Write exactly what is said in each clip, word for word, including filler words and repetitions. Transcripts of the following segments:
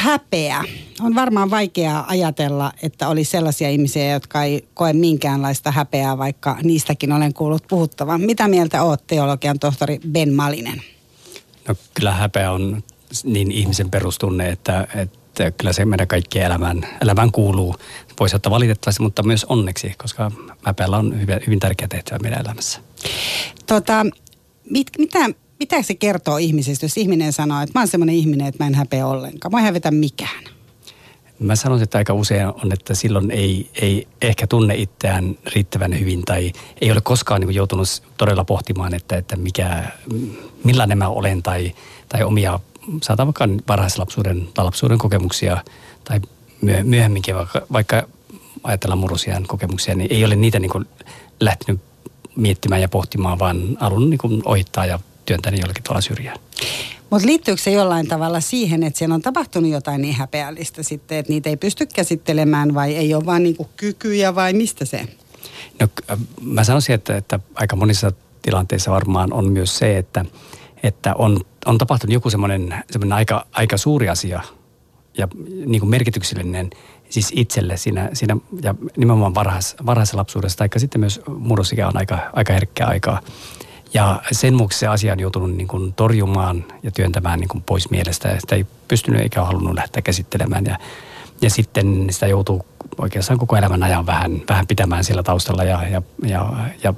häpeä. On varmaan vaikeaa ajatella, että olisi sellaisia ihmisiä, jotka ei koe minkäänlaista häpeää, vaikka niistäkin olen kuullut puhuttavan. Mitä mieltä olet, teologian tohtori Ben Malinen? No kyllä häpeä on niin ihmisen perustunne, että, että kyllä se meidän kaikkien elämään, elämään kuuluu. Voisi ottaa valitettavasti, mutta myös onneksi, koska häpeällä on hyvin, hyvin tärkeä tehtävä meidän elämässä. Tota, mit, mitä, mitä se kertoo ihmisestä, jos ihminen sanoo, että mä oon semmoinen ihminen, että mä en häpeä ollenkaan. Mä en hävetä mikään. Mä sanoisin, että aika usein on, että silloin ei, ei ehkä tunne itseään riittävän hyvin tai ei ole koskaan niin kuin joutunut todella pohtimaan, että, että mikä, millainen mä olen tai, tai omia, saatan vaikka varhaislapsuuden tai lapsuuden kokemuksia tai myöhemminkin vaikka, vaikka ajatellaan murrosiän kokemuksia, niin ei ole niitä niin kuin lähtenyt miettimään ja pohtimaan, vaan halunnut niin kuin ohittaa ja työntää ne jollakin tuolla syrjään. Mutta liittyykö se jollain tavalla siihen, että siellä on tapahtunut jotain niin häpeällistä sitten, että niitä ei pysty käsittelemään vai ei ole vaan niinku kykyjä vai mistä se? No mä sanoisin, että, että aika monissa tilanteissa varmaan on myös se, että, että on, on tapahtunut joku semmoinen, semmoinen aika, aika suuri asia ja niin kuin merkityksellinen siis itselle siinä, siinä ja nimenomaan varhais, varhaisessa lapsuudessa, tai sitten myös murrosikä on aika, aika herkkää aikaa. Ja sen vuoksi se asia on joutunut niin kuin torjumaan ja työntämään niin kuin pois mielestä. Sitä ei pystynyt eikä halunnut lähteä käsittelemään. Ja, ja sitten sitä joutuu oikeastaan koko elämän ajan vähän, vähän pitämään siellä taustalla. Ja, ja, ja, ja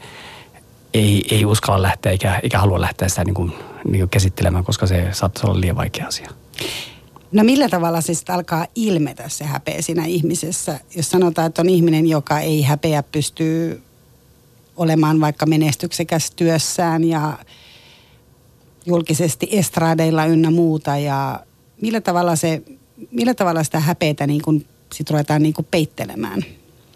ei, ei uskalla lähteä eikä, eikä halua lähteä sitä niin kuin, niin kuin käsittelemään, koska se saattaa olla liian vaikea asia. No millä tavalla se sitten alkaa ilmetä se häpeä siinä ihmisessä? Jos sanotaan, että on ihminen, joka ei häpeä pystyy olemaan vaikka menestyksekäs työssään ja julkisesti estradeilla ynnä muuta. Ja millä tavalla, se, millä tavalla sitä häpeätä niin kun sit ruvetaan niin kun peittelemään?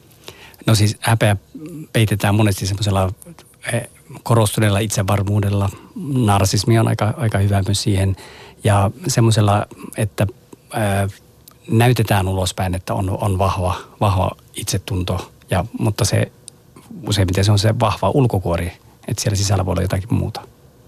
No siis häpeä peitetään monesti semmoisella korostuneella itsevarmuudella. Narsismi on aika, aika hyvä myös siihen. Ja semmoisella, että ää, näytetään ulospäin, että on, on vahva, vahva itsetunto, ja, mutta se useimmiten se on se vahva ulkokuori, että siellä sisällä voi olla jotakin muuta.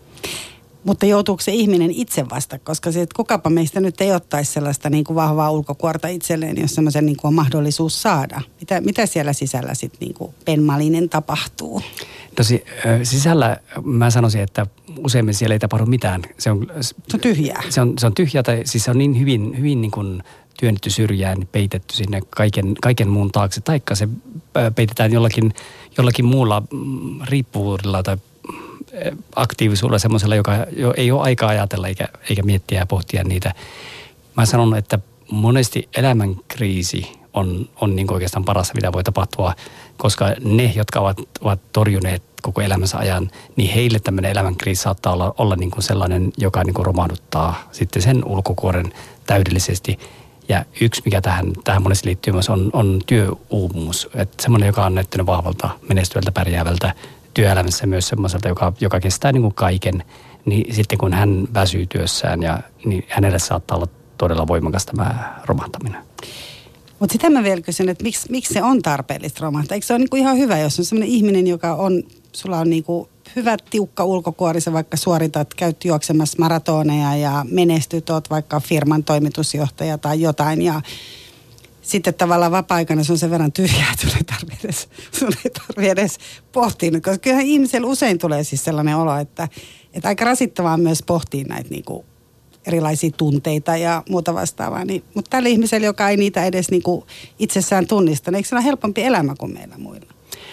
Mutta joutuuko se ihminen itse vasta, koska se, että kukapa meistä nyt ei ottaisi sellaista niin kuin vahvaa ulkokuorta itselleen, jos semmoisen niin kuin on mahdollisuus saada. Mitä, mitä siellä sisällä sitten niin kuin Ben Malinen tapahtuu? No si, sisällä mä sanoisin, että useimmin siellä ei tapahdu mitään. Se on, se on tyhjää. Se on, se on tyhjää, tai siis se on niin hyvin, hyvin niin kuin työnnetty syrjään, peitetty sinne kaiken, kaiken muun taakse, taikka se peitetään jollakin, jollakin muulla riippuvuudella tai aktiivisuudella semmoisella, joka jo ei ole aikaa ajatella eikä, eikä miettiä ja pohtia niitä. Mä sanon, että monesti elämänkriisi on, on niin oikeastaan parasta, mitä voi tapahtua, koska ne, jotka ovat, ovat torjuneet koko elämänsä ajan, niin heille tämmöinen elämänkriisi saattaa olla, olla niin kuin sellainen, joka niin kuin romahduttaa sitten sen ulkokuoren täydellisesti. Ja yksi, mikä tähän, tähän monesti liittyy myös, on, on työuupumus. Että semmoinen, joka on näyttänyt vahvalta, menestyvältä, pärjäävältä työelämässä myös semmoiselta, joka, joka kestää niin kuin kaiken. Niin sitten kun hän väsyy työssään, ja, niin hänelle saattaa olla todella voimakas tämä romahtaminen. Mutta sitä mä vielä kysyn, että miksi, miksi se on tarpeellista romahtaa? Eikö se ole niinku ihan hyvä, jos on semmoinen ihminen, joka on, sulla on niinku hyvä tiukka ulkokuori, sä vaikka suoritat, käyt juoksemassa maratoneja ja menestyt, oot vaikka firman toimitusjohtaja tai jotain ja sitten tavallaan vapaa-aikana se on sen verran tyhjää, että sun ei tarvitse edes, sun ei tarvitse edes pohtia. Koska kyllähän ihmisellä usein tulee siis sellainen olo, että, että aika rasittavaa myös pohtia näitä niinku erilaisia tunteita ja muuta vastaavaa. Niin, mutta tällä ihmisellä, joka ei niitä edes niinku itsessään tunnista, niin eikö se ole helpompi elämä kuin meillä muilla?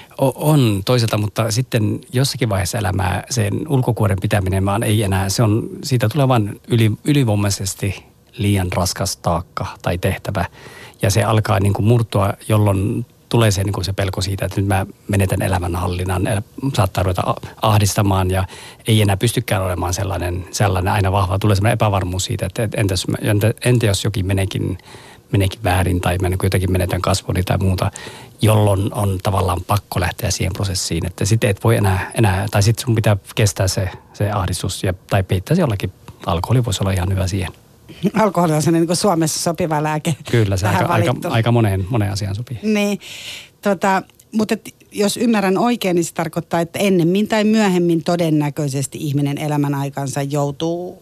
On toisaalta, mutta sitten jossakin vaiheessa elämää sen ulkokuoren pitäminen vaan ei enää. Se on, siitä tulee vain yli, ylivoimaisesti liian raskas taakka tai tehtävä. Ja se alkaa niin kuin murtua, jolloin tulee se, niin kuin se pelko siitä, että nyt mä menetän elämänhallinnan, saattaa ruveta ahdistamaan ja ei enää pystykään olemaan sellainen, sellainen aina vahva. Tulee sellainen epävarmuus siitä, että entäs, entä, entä jos jokin meneekin, meneekin väärin tai mä jotenkin menetän kasvoni tai muuta, jolloin on tavallaan pakko lähteä siihen prosessiin, että sitten et voi enää, enää tai sitten sun pitää kestää se, se ahdistus ja, tai peittää se jollakin. Alkoholi voisi olla ihan hyvä siihen. Alkoholi on sellainen niin kuin Suomessa sopiva lääke. Kyllä, se aika, aika, aika moneen, moneen asiaan sopii. Niin, tota, mutta et, jos ymmärrän oikein, niin se tarkoittaa, että ennemmin tai myöhemmin todennäköisesti ihminen elämän aikansa joutuu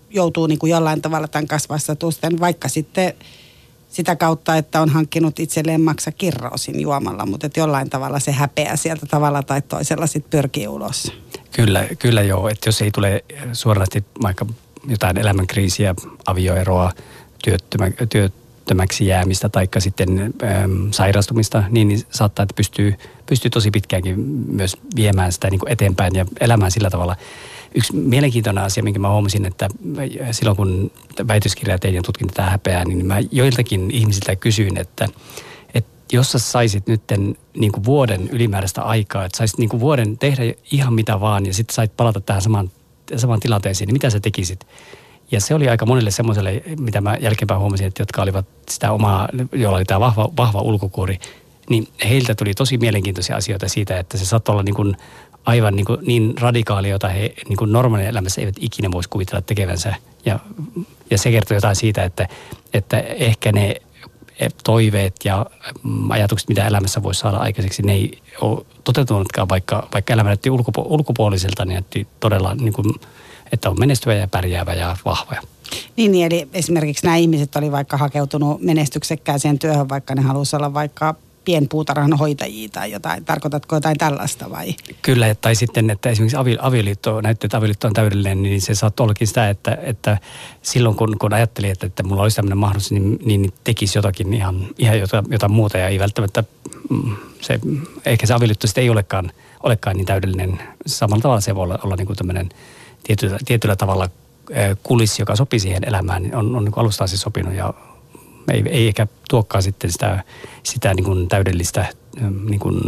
joutuu niin kuin jollain tavalla tämän kasvastatusten, vaikka sitten sitä kautta, että on hankkinut itselleen maksakirroosin juomalla, mutta että jollain tavalla se häpeä sieltä tavalla tai toisella sitten pyrkii ulos. Kyllä, kyllä joo, että jos ei tule suorasti vaikka jotain elämänkriisiä, avioeroa, työttömä, työttömäksi jäämistä tai sitten äm, sairastumista, niin, niin saattaa, että pystyy, pystyy tosi pitkäänkin myös viemään sitä niin kuin eteenpäin ja elämään sillä tavalla. Yksi mielenkiintoinen asia, minkä mä huomasin, että silloin kun väitöskirjaa tein ja tutkin tätä häpeää, niin mä joiltakin ihmisiltä kysyin, että, että jos sä saisit nyt niin kuin vuoden ylimääräistä aikaa, että saisit niin kuin vuoden tehdä ihan mitä vaan ja sitten sait palata tähän samaan, samaan tilanteeseen, niin mitä sä tekisit? Ja se oli aika monelle semmoiselle, mitä mä jälkeenpäin huomasin, että jotka olivat sitä omaa, jolla oli tämä vahva, vahva ulkokuori, niin heiltä tuli tosi mielenkiintoisia asioita siitä, että se saattoi olla niin kuin aivan niin, kuin niin radikaalia, jota he niin kuin normaalin elämässä eivät ikinä voisi kuvitella tekevänsä. Ja, ja se kertoo jotain siitä, että, että ehkä ne toiveet ja ajatukset, mitä elämässä voisi saada aikaiseksi, ne ei ole toteutunutkaan, vaikka, vaikka elämä näytti ulkopu- ulkopuoliselta, niin näytti todella, niin kuin, että on menestyvä ja pärjäävä ja vahva. Niin, niin, eli esimerkiksi nämä ihmiset oli vaikka hakeutunut menestyksekkääseen työhön, vaikka ne halusi olla vaikka pienpuutarhan hoitajia tai jotain. Tarkoitatko jotain tällaista vai? Kyllä, tai sitten, että esimerkiksi avioliitto, näyttää, että avioliitto on täydellinen, niin se saattoi ollakin sitä, että, että silloin kun, kun ajattelin, että, että mulla olisi tämmöinen mahdollisuus, niin, niin tekisi jotakin ihan, ihan jotain, jotain muuta ja ei välttämättä, se, ehkä se avioliitto sitten ei olekaan, olekaan niin täydellinen. Samalla tavalla se voi olla, olla niin kuin tämmöinen tietyllä, tietyllä tavalla kulissi, joka sopii siihen elämään, niin on, on niin kuin alusta asti sopinut ja Ei, ei ehkä tuokkaan sitten sitä, sitä niin kuin täydellistä niin kuin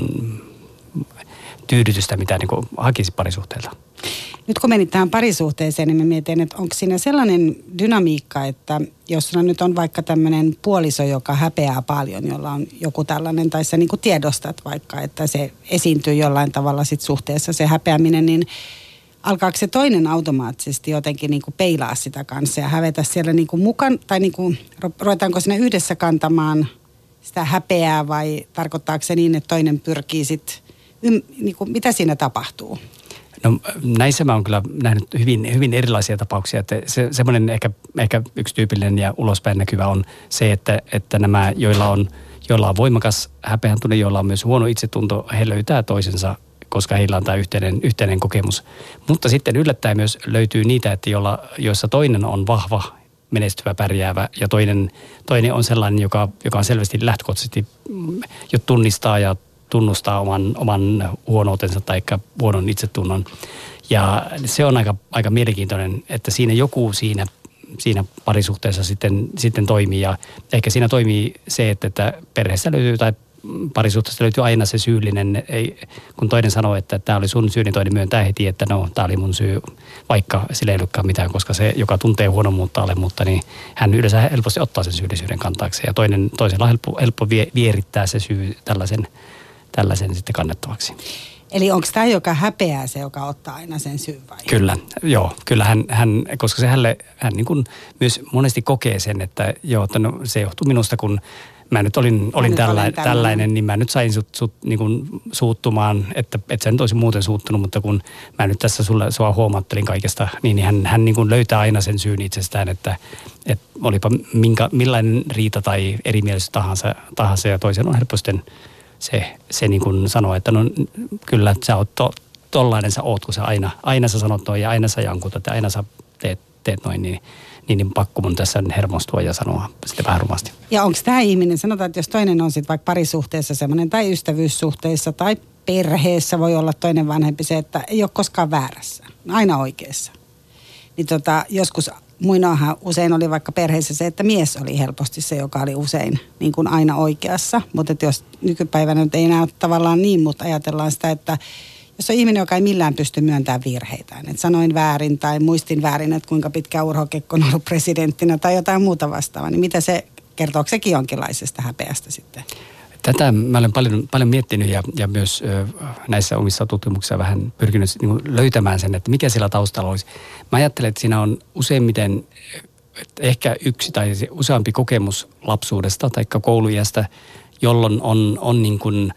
tyydytystä, mitä niin kuin hakisi parisuhteelta. Nyt kun menit tähän parisuhteeseen, niin mä mietin, että onko siinä sellainen dynamiikka, että jos sulla nyt on vaikka tämmöinen puoliso, joka häpeää paljon, jolla on joku tällainen, tai sä niin kuin tiedostat vaikka, että se esiintyy jollain tavalla sit suhteessa se häpeäminen, niin alkaako se toinen automaattisesti jotenkin niin kuin peilaa sitä kanssa ja hävetä siellä niin kuin mukaan, tai niin kuin, ruvetaanko siinä yhdessä kantamaan sitä häpeää vai tarkoittaako se niin, että toinen pyrkii sitten, niin kuin, mitä siinä tapahtuu? No näissä mä oon kyllä nähnyt hyvin, hyvin erilaisia tapauksia, että se, semmoinen ehkä, ehkä yksi tyypillinen ja ulospäin näkyvä on se, että, että nämä, joilla on, joilla on voimakas häpeän tunne, joilla on myös huono itsetunto, he löytää toisensa, koska heillä on tämä yhteinen, yhteinen kokemus. Mutta sitten yllättäen myös löytyy niitä, että joilla, joissa toinen on vahva, menestyvä, pärjäävä ja toinen, toinen on sellainen, joka, joka on selvästi lähtökohtaisesti jo tunnistaa ja tunnustaa oman, oman huonoutensa tai huonon itsetunnon. Ja se on aika, aika mielenkiintoinen, että siinä joku siinä, siinä parisuhteessa sitten, sitten toimii. Ja ehkä siinä toimii se, että, että perheessä löytyy tai parisuhteessa löytyy aina se syyllinen. Ei, kun toinen sanoo, että tämä oli sun syy, niin toinen myöntää heti, että no, tämä oli mun syy, vaikka sillä ei olekaan mitään, koska se, joka tuntee huonommuutta alemmuutta, niin hän yleensä helposti ottaa sen syyllisyyden kantaakseen. Ja toinen, toisella on helppo, helppo vie, vierittää se syy tällaisen, tällaisen sitten kannettavaksi. Eli onko tämä, joka häpeää, se, joka ottaa aina sen syyn vai? Kyllä, joo. Kyllä hän, hän koska se hänelle, hän niin kuin myös monesti kokee sen, että joo, että no, se johtuu minusta, kun mä nyt olin, olin nyt tällainen, tällainen, niin mä nyt sain sut, sut niin kuin suuttumaan, että et sä nyt olisi muuten suuttunut, mutta kun mä nyt tässä sulle, sua huomattelin kaikesta, niin, niin hän, hän niin kuin löytää aina sen syyn itsestään, että, että olipa minkä, millainen riita tai erimielisyys tahansa, tahansa ja toisen on helposti se, se niin kuin sanoo, että no kyllä sä oot to, tollainen sä oot, kun sä aina, aina sä sanot noin ja aina sä jankutat ja aina sä teet, teet noin, niin Niin, niin pakko mun tässä hermostua ja sanoa sitten vähän rumasti. Ja onko tämä ihminen, sanotaan, että jos toinen on sitten vaikka parisuhteessa semmoinen tai ystävyyssuhteissa tai perheessä voi olla toinen vanhempi se, että ei ole koskaan väärässä, aina oikeassa. Niin tota, joskus muinoinhan usein oli vaikka perheessä se, että mies oli helposti se, joka oli usein niin kuin aina oikeassa. Mutta jos nykypäivänä nyt ei enää ole tavallaan niin, mutta ajatellaan sitä, että jos on ihminen, joka ei millään pysty myöntämään virheitään, että sanoin väärin tai muistin väärin, että kuinka pitkä Urho Kekko on ollut presidenttinä tai jotain muuta vastaavaa, niin mitä se, kertooko sekin jonkinlaisesta häpeästä sitten? Tätä mä olen paljon, paljon miettinyt ja, ja myös ö, näissä omissa tutkimuksissa vähän pyrkinyt niin kuin löytämään sen, että mikä siellä taustalla olisi. Mä ajattelen, että siinä on useimmiten ehkä yksi tai useampi kokemus lapsuudesta tai kouluiästä, jolloin on, on niin kuin,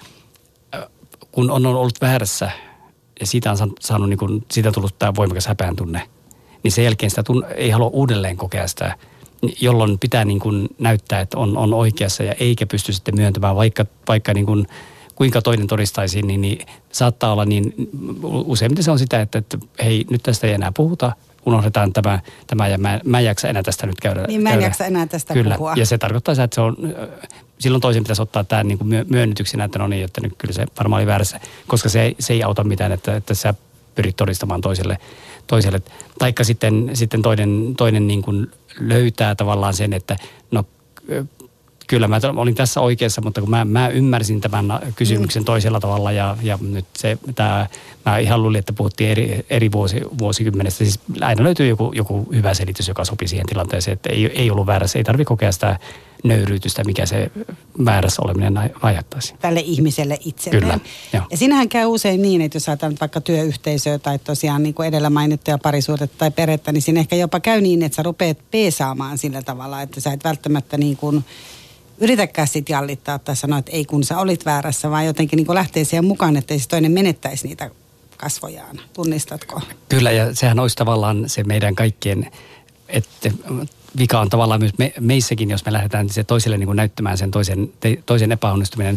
kun on ollut väärässä, ja siitä on saanut, niin kuin, siitä tullut tämä voimakas häpeän tunne, niin sen jälkeen sitä tun- ei halua uudelleen kokea sitä, jolloin pitää niin kuin näyttää, että on, on oikeassa ja eikä pysty sitten myöntämään, vaikka, vaikka niin kuin kuinka toinen todistaisi, niin, niin saattaa olla niin, useimmiten se on sitä, että, että hei, nyt tästä ei enää puhuta, unohdetaan tämä, tämä ja mä, mä en jaksa enää tästä nyt käydä. Niin mä en käydä. jaksa enää tästä kyllä. puhua. Ja se tarkoittaa sitä, että se on, silloin toisen pitäisi ottaa tämä niin kuin myönnytyksenä, että no niin, että nyt kyllä se varmaan oli väärässä, koska se ei, se ei auta mitään, että, että sä pyrit todistamaan toiselle. toiselle. Taikka sitten, sitten toinen, toinen niin kuin löytää tavallaan sen, että no kyllä mä olin tässä oikeassa, mutta kun mä, mä ymmärsin tämän kysymyksen toisella tavalla ja, ja nyt se, tää, mä ihan luulin, että puhuttiin eri, eri vuosi, vuosikymmenestä. Siis aina löytyy joku, joku hyvä selitys, joka sopii siihen tilanteeseen, että ei, ei ollut väärässä, ei tarvitse kokea sitä nöyryytystä, mikä se väärässä oleminen aiheuttaisi. Tälle ihmiselle itselleen. Kyllä, joo. Ja siinähän käy usein niin, että jos ajatellaan vaikka työyhteisöä tai tosiaan niin kuin edellä mainittuja parisuhdetta tai perhettä, niin siinä ehkä jopa käy niin, että sä rupeat peesaamaan sillä tavalla, että sä et välttämättä niin kuin yritäkään sitten jallittaa tai sanoa, että ei kun sä olit väärässä, vaan jotenkin niin kuin lähtee siihen mukaan, että ei se toinen menettäisi niitä kasvojaan. Tunnistatko? Kyllä, ja sehän olisi tavallaan se meidän kaikkien, että vika on tavallaan myös me, meissäkin, jos me lähdetään se toiselle niin kuin näyttämään sen toisen, te, toisen epäonnistuminen.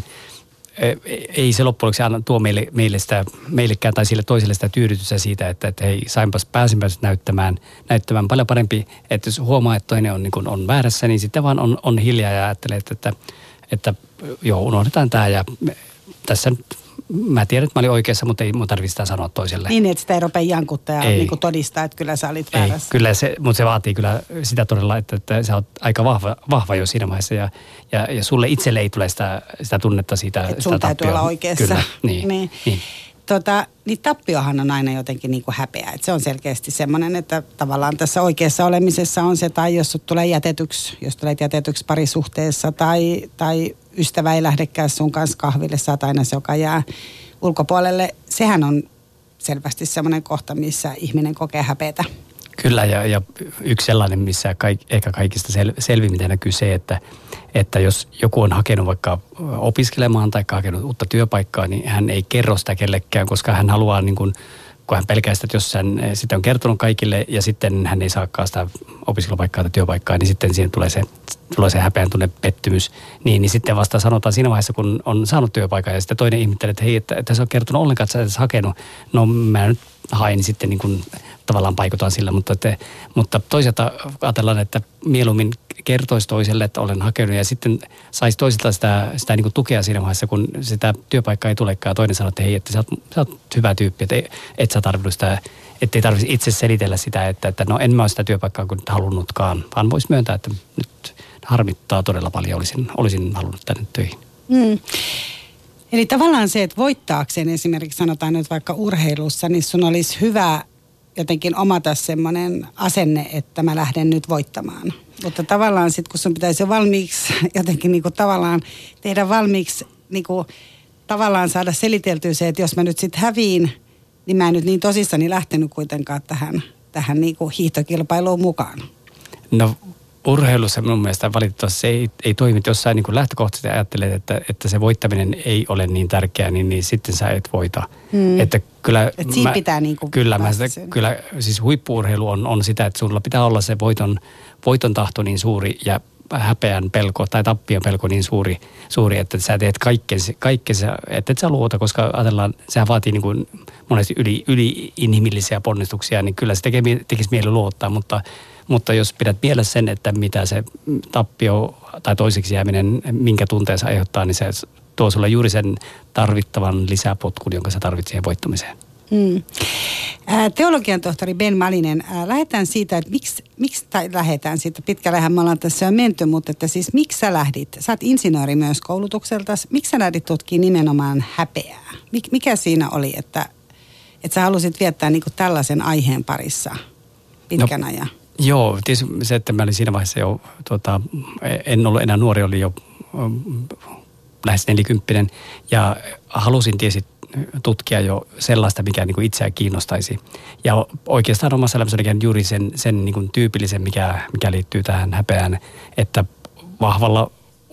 Ei se loppujen lopuksi tuo meille, meille sitä, meillekään tai sille toiselle sitä tyydytystä siitä, että, että hei, sainpas, pääsinpäs näyttämään, näyttämään paljon parempi. Että jos huomaa, että toinen on, niin kuin on väärässä, niin sitten vaan on, on hiljaa ja ajattelee, että, että, että joo, unohdetaan tämä ja tässä mä tiedän, että mä olin oikeassa, mutta ei mun tarvitse sitä sanoa toiselle. Niin, että sitä ei rupea jankuttaa ja niin todistaa, että kyllä sä olit väärässä. Ei, kyllä se, mutta se vaatii kyllä sitä todella, että, että sä oot aika vahva, vahva jo siinä vaiheessa ja, ja, ja sulle itselle ei tule sitä, sitä tunnetta siitä. Että sun täytyy tappioa. Olla oikeassa. Kyllä, niin. niin. niin. Tota, niin tappiohan on aina jotenkin niin kuin häpeä. Että se on selkeästi semmoinen, että tavallaan tässä oikeassa olemisessa on se, tai jos sut tulee jätetyksi, jos tulet jätetyksi parisuhteessa, tai, tai ystävä ei lähdekään sun kanssa kahville, sä oot aina se, joka jää ulkopuolelle. Sehän on selvästi semmoinen kohta, missä ihminen kokee häpeätä. Kyllä, ja, ja yksi sellainen, missä kaik, ehkä kaikista sel, selvimmin näkyy se, että, että jos joku on hakenut vaikka opiskelemaan tai hakenut uutta työpaikkaa, niin hän ei kerro sitä kellekään, koska hän haluaa, niin kuin, kun hän pelkää sitä, että jos hän sitä on kertonut kaikille ja sitten hän ei saakaan sitä opiskelupaikkaa tai työpaikkaa, niin sitten siihen tulee se, tulee se häpeän tunne, pettymys. Niin, niin sitten vasta sanotaan siinä vaiheessa, kun on saanut työpaikan ja sitten toinen ihmettelee, että hei, että, että sä on kertonut ollenkaan, että sä et hakenut. No mä nyt hain, niin sitten niin kuin tavallaan paikotaan sillä, mutta, että, mutta toisaalta ajatellaan, että mieluummin kertoisi toiselle, että olen hakenut ja sitten saisi toisilta sitä, sitä niin kuin tukea siinä vaiheessa, kun sitä työpaikkaa ei tulekaan ja toinen sanoo, että hei, että sä oot, sä oot hyvä tyyppi, että et, et sä tarvinnut sitä, ettei tarvitsisi itse selitellä sitä, että, että no en mä ole sitä työpaikkaa kuin halunnutkaan, vaan voisi myöntää, että nyt harmittaa todella paljon, olisin, olisin halunnut tänne töihin. Mm. Eli tavallaan se, että voittaakseen esimerkiksi sanotaan nyt vaikka urheilussa, niin sun olisi hyvä jotenkin omata semmoinen asenne, että mä lähden nyt voittamaan. Mutta tavallaan sitten, kun sun pitäisi jo valmiiksi jotenkin niinku tavallaan tehdä valmiiksi, niinku tavallaan saada seliteltyä se, että jos mä nyt sitten häviin, niin mä en nyt niin tosissani lähtenyt kuitenkaan tähän, tähän niinku hiihtokilpailuun mukaan. No urheilussa minun mielestä valitettavasti se ei, ei toimi. Jossain niin lähtökohtaisesti ajattelet, että, että se voittaminen ei ole niin tärkeää, niin, niin sitten sä et voita. Hmm. Että kyllä, Et siinä mä, pitää niin kuin kyllä, mä sitä, kyllä, siis huippu-urheilu on, on sitä, että sulla pitää olla se voiton, voiton tahto niin suuri ja häpeän pelko tai tappion pelko niin suuri, suuri että sä teet kaikkesi, kaikkesi että et sä luota, koska ajatellaan, sehän vaatii niin kuin monesti yli, yli inhimillisiä ponnistuksia, niin kyllä se tekee, tekisi mieli luottaa, mutta Mutta jos pidät mielessä sen, että mitä se tappio tai toiseksi jääminen, minkä tunteen se aiheuttaa, niin se tuo sulle juuri sen tarvittavan lisäpotkun, jonka sä tarvitset siihen voittamiseen. Mm. Teologian tohtori Ben Malinen, lähdetään siitä, että miksi, miksi tai lähdetään siitä, pitkällähän me ollaan tässä jo menty, mutta että siis miksi sä lähdit, sä oot insinööri myös koulutukselta, miksi sä lähdit tutkimaan nimenomaan häpeää? Mik, mikä siinä oli, että, että sä halusit viettää niin kuin tällaisen aiheen parissa pitkän no. ajan? Joo, tietysti se, että mä olin siinä vaiheessa jo, tuota, en ollut enää nuori, oli jo um, lähes nelikymppinen ja halusin tietysti tutkia jo sellaista, mikä niin kuin itseä kiinnostaisi. Ja oikeastaan omassa elämässäni juuri sen, sen niin kuin tyypillisen, mikä, mikä liittyy tähän häpeään, että vahvalla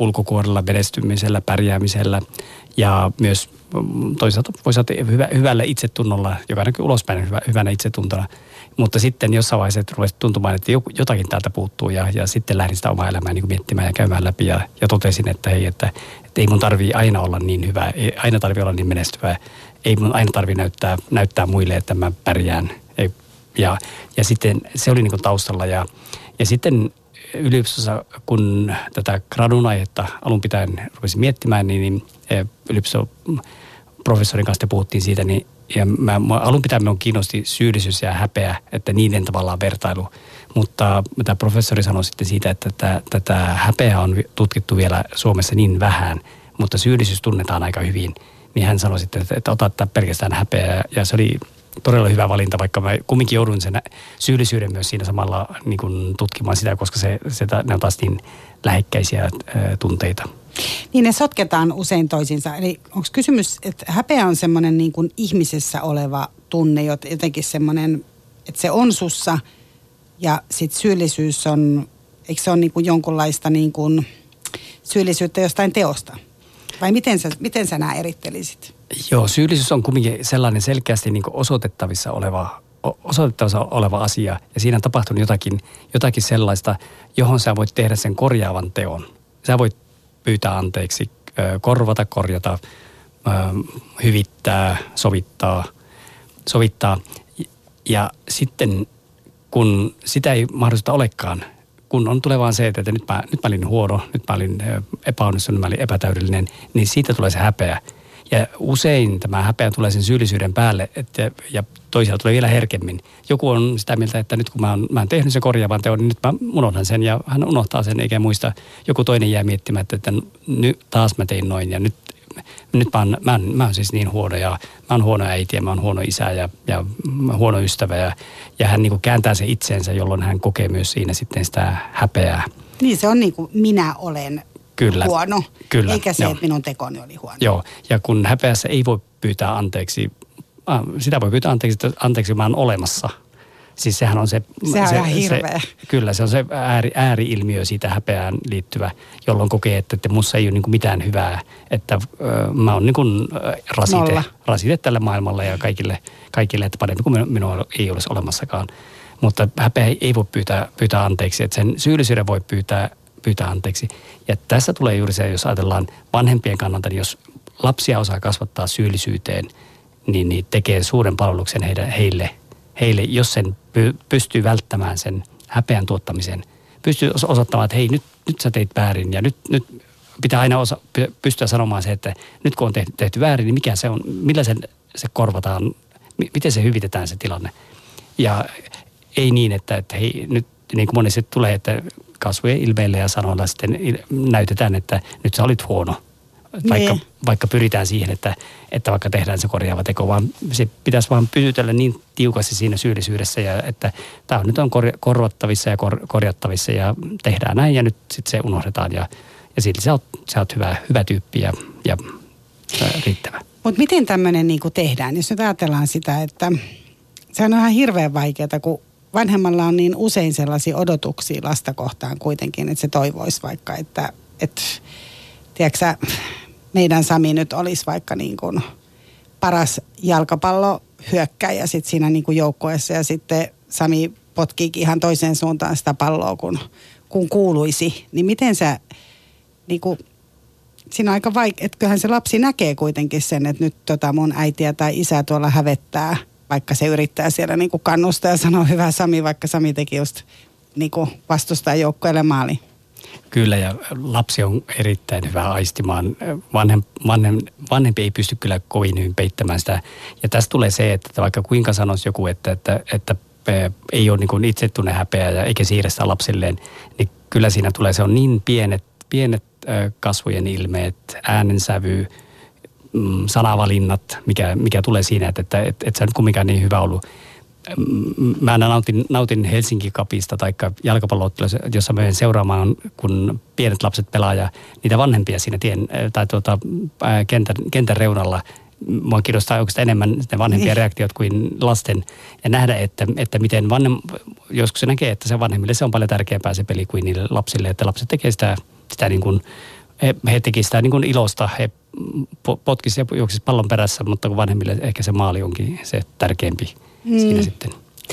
ulkokuorella, menestymisellä, pärjäämisellä ja myös toisaalta voisi sanoa hyvä, hyvällä itsetunnolla, joka näkyy ulospäin hyvä, hyvänä itsetuntona. Mutta sitten jossain vaiheessa rupesi tuntumaan, että jotakin täältä puuttuu ja, ja sitten lähdin sitä omaa elämää niin kuin miettimään ja käymään läpi ja, ja totesin, että hei, että, että ei mun tarvii aina olla niin hyvä, ei aina tarvii olla niin menestyvää, ei mun aina tarvii näyttää, näyttää muille, että mä pärjään. Ei, ja, ja sitten se oli niin kuin taustalla ja, ja sitten yliopistossa, kun tätä gradun aihetta alun pitäen rupesin miettimään, niin, niin yliopistoprofessorin kanssa puhuttiin siitä, niin ja mä, mä alun pitäen minun kiinnosti syyllisyys ja häpeä, että niiden tavallaan vertailu. Mutta tämä professori sanoi sitten siitä, että tätä, tätä häpeää on tutkittu vielä Suomessa niin vähän, mutta syyllisyys tunnetaan aika hyvin. Niin hän sanoi sitten, että, että ota pelkästään häpeää. Ja se oli todella hyvä valinta, vaikka mä kumminkin joudun sen syyllisyyden myös siinä samalla niin kuin tutkimaan sitä, koska se, se, ne on taas niin lähekkäisiä ää, tunteita. Niin ne sotketaan usein toisiinsa. Eli onko kysymys, että häpeä on semmoinen niin kuin ihmisessä oleva tunne, jotenkin semmoinen, että se on sussa ja sitten syyllisyys on, eikö se ole niin kuin jonkunlaista niin kuin syyllisyyttä jostain teosta? Vai miten sä, miten sä nämä erittelisit? Joo, syyllisyys on kuitenkin sellainen selkeästi niin kuin osoitettavissa oleva, osoitettavissa oleva asia ja siinä on tapahtunut jotakin, jotakin sellaista, johon sä voit tehdä sen korjaavan teon. Sä voit pyytää anteeksi, korvata, korjata, hyvittää, sovittaa, sovittaa. Ja sitten kun sitä ei mahdollista olekaan, kun on tulee vaan se, että nyt mä, nyt mä olin huono, nyt mä olin epäonnistunut, mä olin epätäydellinen, niin siitä tulee se häpeä. Ja usein tämä häpeä tulee sen syyllisyyden päälle että, ja toisaalta tulee vielä herkemmin. Joku on sitä mieltä, että nyt kun mä oon, mä oon tehnyt sen korjaavan teon, niin nyt mä unohdan sen ja hän unohtaa sen eikä muista. Joku toinen jää miettimään, että nyt taas mä tein noin ja nyt, nyt mä, oon, mä, oon, mä oon siis niin huono ja mä oon huono äiti ja mä oon huono isä ja, ja huono ystävä. Ja, ja hän niin kuin kääntää sen itseensä, jolloin hän kokee myös siinä sitten sitä häpeää. Niin se on niin kuin minä olen. Kyllä, huono, kyllä, eikä se, joo. Että minun tekoni oli huono. Joo, ja kun häpeässä ei voi pyytää anteeksi, äh, sitä voi pyytää anteeksi, että anteeksi mä oon olemassa. Siis sehän on se... Sehän se, on ihan hirveä. Se, kyllä, se on se ääri, ääri-ilmiö siitä häpeään liittyvä, jolloin kokee, että, että musta ei ole niin kuin mitään hyvää. Että äh, mä oon niin kuin äh, rasite, rasite tälle maailmalle ja kaikille, kaikille että paremmin kuin minua ei olisi olemassakaan. Mutta häpeä ei voi pyytää, pyytää anteeksi, että sen syyllisyyden voi pyytää pyytää anteeksi. Ja tässä tulee juuri se, jos ajatellaan vanhempien kannalta, niin jos lapsia osaa kasvattaa syyllisyyteen, niin, niin tekee suuren palveluksen heille, heille, heille, jos sen py, pystyy välttämään sen häpeän tuottamisen. Pystyy osoittamaan, että hei, nyt, nyt sä teit väärin ja nyt, nyt pitää aina osa, pystyä sanomaan se, että nyt kun on tehty, tehty väärin, niin mikä se on, millä se, se korvataan, miten se hyvitetään se tilanne. Ja ei niin, että, että hei, nyt niin kuin monesti tulee, että kasvojen ilmeillä ja sanoilla sitten näytetään, että nyt sä olit huono. Vaikka, vaikka pyritään siihen, että, että vaikka tehdään se korjaava teko, vaan se pitäisi vaan pysytellä niin tiukasti siinä syyllisyydessä, ja että tämä on nyt on korvattavissa ja kor, korjattavissa ja tehdään näin ja nyt sitten se unohdetaan ja, ja silti sä oot, sä oot hyvä, hyvä tyyppi ja, ja riittävä. Mutta miten tämmöinen niinku tehdään, jos nyt ajatellaan sitä, että sehän on ihan hirveän vaikeaa, kun vanhemmalla on niin usein sellaisia odotuksia lasta kohtaan kuitenkin, että se toivoisi vaikka, että, että tiedätkö, meidän Sami nyt olisi vaikka niin kuin paras jalkapallohyökkäjä sit siinä niin kuin joukkueessa ja sitten Sami potkiikin ihan toiseen suuntaan sitä palloa, kun, kun kuuluisi. Niin miten sä, niin kuin, siinä on aika vaikea, että kyllähän se lapsi näkee kuitenkin sen, että nyt tota mun äitiä tai isää tuolla hävettää, vaikka se yrittää siellä niin kuin kannustaa ja sanoa hyvä Sami, vaikka Sami teki just niin kuin vastustaa joukkueelle maali. Kyllä, ja lapsi on erittäin hyvä aistimaan. Vanhem, vanhem, vanhempi ei pysty kyllä kovin hyvin peittämään sitä. Ja tästä tulee se, että vaikka kuinka sanoisi joku, että, että, että ei ole niin kuin itsetunne häpeä ja eikä siirrä sitä lapsilleen, niin kyllä siinä tulee, se on niin pienet, pienet kasvojen ilmeet, äänensävy, sanavalinnat, mikä, mikä tulee siinä, että, että, että, että se on kumminkaan niin hyvä ollut. Mä aina nautin, nautin Helsinki-kapista tai jalkapalloottelussa, jossa mä menen seuraamaan, kun pienet lapset pelaa ja niitä vanhempia siinä tien, tai tuota, kentän, kentän reunalla. Mua kiinnostaa oikeastaan enemmän ne vanhempien reaktiot kuin lasten. Ja nähdä, että, että miten vanhem, joskus se näkee, että se vanhemmille se on paljon tärkeämpää se peli kuin niille lapsille, että lapset tekee sitä, sitä niin kuin he, he tekivät sitä niin kuin ilosta, he potkisivat ja juoksisivat pallon perässä, mutta kun vanhemmille ehkä se maali onkin se tärkeämpi mm. siinä sitten.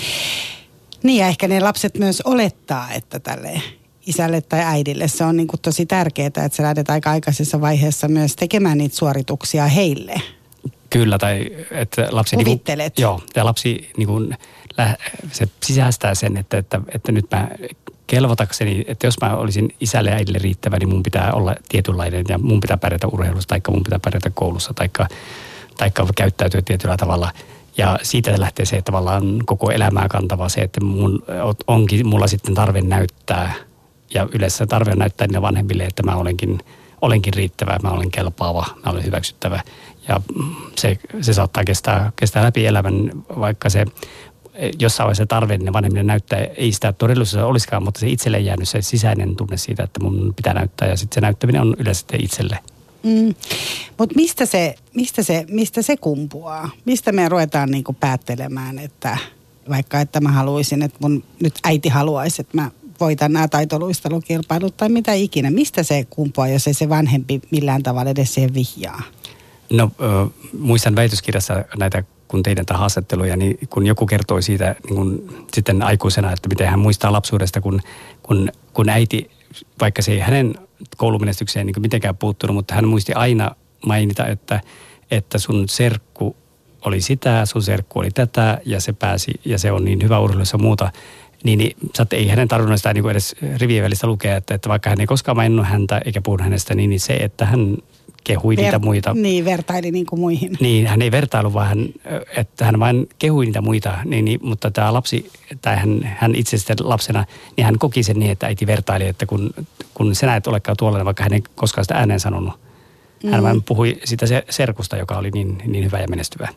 Niin ja ehkä ne lapset myös olettaa, että tälle isälle tai äidille se on niin kuin tosi tärkeää, että sä lähdet aika aikaisessa vaiheessa myös tekemään niitä suorituksia heille. Kyllä, tai että lapsi... Kuvittelet. Niin kuin, joo, ja lapsi niin kuin, se sisäistää sen, että, että, että nyt mä kelvotakseni, että jos mä olisin isälle ja äidille riittävä, niin mun pitää olla tietynlainen ja mun pitää pärjätä urheilussa, taikka mun pitää pärjätä koulussa, taikka, taikka käyttäytyä tietyllä tavalla. Ja siitä lähtee se, että tavallaan koko elämää kantava se, että mun, onkin mulla sitten tarve näyttää, ja yleensä tarve näyttää niille vanhemmille, että mä olenkin, olenkin riittävä, mä olen kelpaava, mä olen hyväksyttävä. Ja se, se saattaa kestää, kestää läpi elämän, vaikka se jossain vaiheessa tarve niin vanhemmille näyttää, ei sitä todellisuudessa olisikaan, mutta se itselle jäänyt se sisäinen tunne siitä, että mun pitää näyttää, ja sitten se näyttäminen on yleensä itselle. Mm. Mutta mistä se, mistä, se, mistä se kumpuaa? Mistä me ruvetaan niinku päättelemään, että vaikka että mä haluaisin, että mun nyt äiti haluaisi, että mä voitan nämä taitoluistelukilpailut tai mitä ikinä. Mistä se kumpuaa, jos ei se vanhempi millään tavalla edes siihen vihjaa? No äh, muistan väitöskirjassa näitä, kun tein näitä haastatteluja, niin kun joku kertoi siitä niin kun sitten aikuisena, että miten hän muistaa lapsuudesta, kun, kun, kun äiti, vaikka se ei hänen koulumenestykseen niin mitenkään puuttunut, mutta hän muisti aina mainita, että, että sun serkku oli sitä, sun serkku oli tätä ja se pääsi ja se on niin hyvä urheilussa ja muuta. Niin, niin ei hänen tarvinnut sitä niin kuin edes rivien välistä lukea, että, että vaikka hän ei koskaan maininnut häntä eikä puhunut hänestä, niin, niin se, että hän kehui Ver, niitä muita. Niin, vertaili niin kuin muihin. Niin, hän ei vertailu, vaan hän, että hän vain kehui niitä muita. Niin, niin, mutta tämä lapsi, tai hän, hän itse sitten lapsena, niin hän koki sen niin, että äiti vertaili, että kun, kun sinä et olekaan tuollainen, vaikka hän ei koskaan sitä ääneen sanonut. Hän mm. vain puhui sitä serkusta, joka oli niin, niin hyvä ja menestyvä.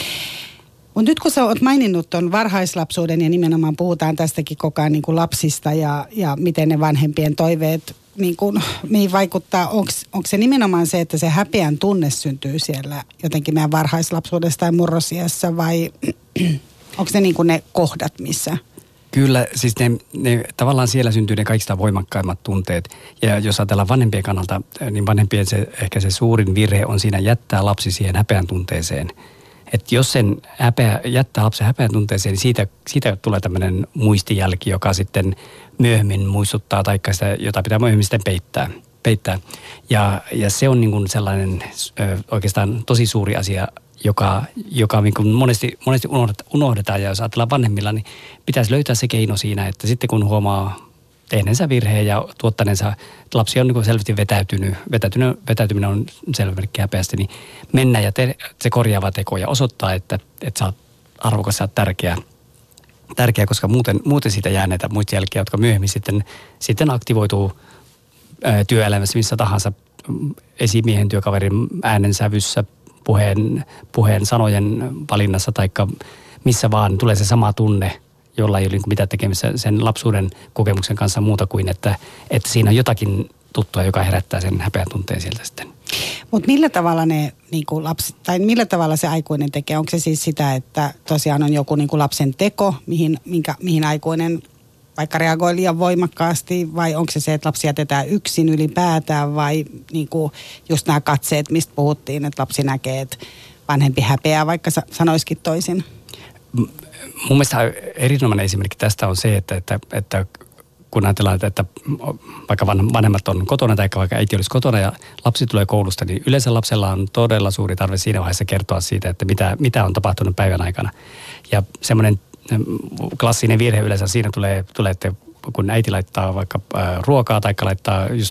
Mutta nyt kun sä oot maininnut ton varhaislapsuuden ja nimenomaan puhutaan tästäkin koko ajan niin kuin lapsista ja, ja miten ne vanhempien toiveet niin kuin, mihin vaikuttaa, onko se nimenomaan se, että se häpeän tunne syntyy siellä jotenkin meidän varhaislapsuudessa tai murrosiässä vai onko se niin kuin ne kohdat missä? Kyllä, siis ne, ne, tavallaan siellä syntyy ne kaikista voimakkaimmat tunteet. Ja jos ajatellaan vanhempien kannalta, niin vanhempien se, ehkä se suurin virhe on siinä jättää lapsi siihen häpeän tunteeseen. Että jos sen häpeä, jättää lapsen häpeän tunteeseen, niin siitä, siitä tulee tämmöinen muistijälki, joka sitten myöhemmin muistuttaa, taikka sitä, jota pitää myöhemmin sitten peittää. peittää. Ja, ja se on niin kuin sellainen ö, oikeastaan tosi suuri asia, joka, joka niin kuin monesti, monesti unohdetaan. Ja jos ajatellaan vanhemmilla, niin pitäisi löytää se keino siinä, että sitten kun huomaa tehneensä virheen ja tuottaneensa, että lapsi on niin kuin selvästi vetäytynyt, vetäytynyt, vetäytyminen on selvä merkki häpeästi, niin mennä ja te, se korjaava teko ja osoittaa, että, että sä oot arvokas, sä oot tärkeä, tärkeä, koska muuten, muuten siitä jää näitä muistijälkiä, jotka myöhemmin sitten, sitten aktivoituu ää, työelämässä missä tahansa esimiehen, työkaverin äänensävyssä, puheen, puheen sanojen valinnassa taikka missä vaan tulee se sama tunne, jolla ei ole mitään tekemistä sen lapsuuden kokemuksen kanssa muuta kuin, että, että siinä on jotakin tuttua, joka herättää sen häpeän tunteen sieltä sitten. Mutta millä tavalla ne niin kuin lapsi, tai millä tavalla se aikuinen tekee? Onko se siis sitä, että tosiaan on joku niin kuin lapsen teko, mihin, minkä, mihin aikuinen vaikka reagoi liian voimakkaasti, vai onko se se, että lapsi jätetään yksin ylipäätään, vai niin kuin just nämä katseet, mistä puhuttiin, että lapsi näkee, että vanhempi häpeää, vaikka sanoisikin toisin? Mun mielestä erinomainen esimerkki tästä on se, että, että, että kun ajatellaan, että vaikka vanhemmat on kotona tai vaikka äiti olisi kotona ja lapsi tulee koulusta, niin yleensä lapsella on todella suuri tarve siinä vaiheessa kertoa siitä, että mitä, mitä on tapahtunut päivän aikana. Ja semmoinen klassinen virhe yleensä siinä tulee, tulee että kun äiti laittaa vaikka ruokaa tai laittaa just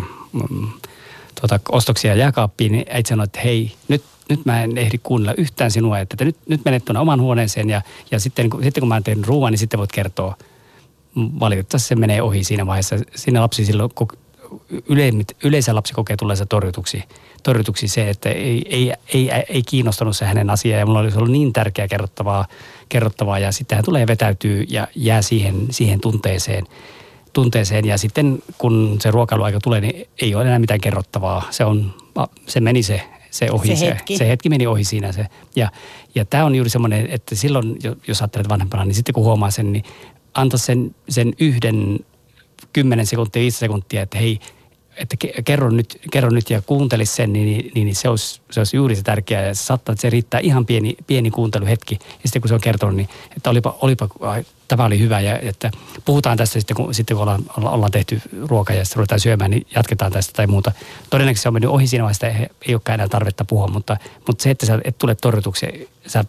tuota, ostoksia jääkaappiin, niin äiti sanoo, että hei, nyt Nyt mä en ehdi kuunnella yhtään sinua, että nyt, nyt menet tuonne oman huoneeseen ja, ja sitten, sitten kun mä teen ruoan, niin sitten voit kertoa. Valitettavasti se menee ohi siinä vaiheessa. Siinä lapsi silloin, yleensä lapsi kokee tulleensa torjutuksi. Torjutuksi se, että ei, ei, ei, ei kiinnostanut se hänen asiaa ja mulla olisi ollut niin tärkeää kerrottavaa, kerrottavaa ja sitten hän tulee vetäytyy ja jää siihen, siihen tunteeseen. tunteeseen ja sitten kun se ruokailuaika tulee, niin ei ole enää mitään kerrottavaa. Se, on, se meni se. Se, ohi, se, hetki. Se, se hetki meni ohi siinä. Se. Ja, ja tämä on juuri semmoinen, että silloin, jos ajattelet vanhempana, niin sitten kun huomaa sen, niin, niin anta sen, sen yhden kymmenen sekuntia, viisi sekuntia, että hei, että kerro nyt, kerro nyt ja kuuntelisi sen, niin, niin se, olisi, se olisi juuri se tärkeää. Ja se saattaa, että se riittää ihan pieni, pieni kuunteluhetki. Ja sitten kun se on kertonut, niin että olipa, olipa ai, tämä oli hyvä. Ja että puhutaan tästä sitten, kun, sitten kun ollaan, ollaan tehty ruokaa ja sitten ruvetaan syömään, niin jatketaan tästä tai muuta. Todennäköisesti se on mennyt ohi siinä vaiheessa, ei, ei olekaan enää tarvetta puhua, mutta, mutta se, että sä et tule torjutuksi, sä,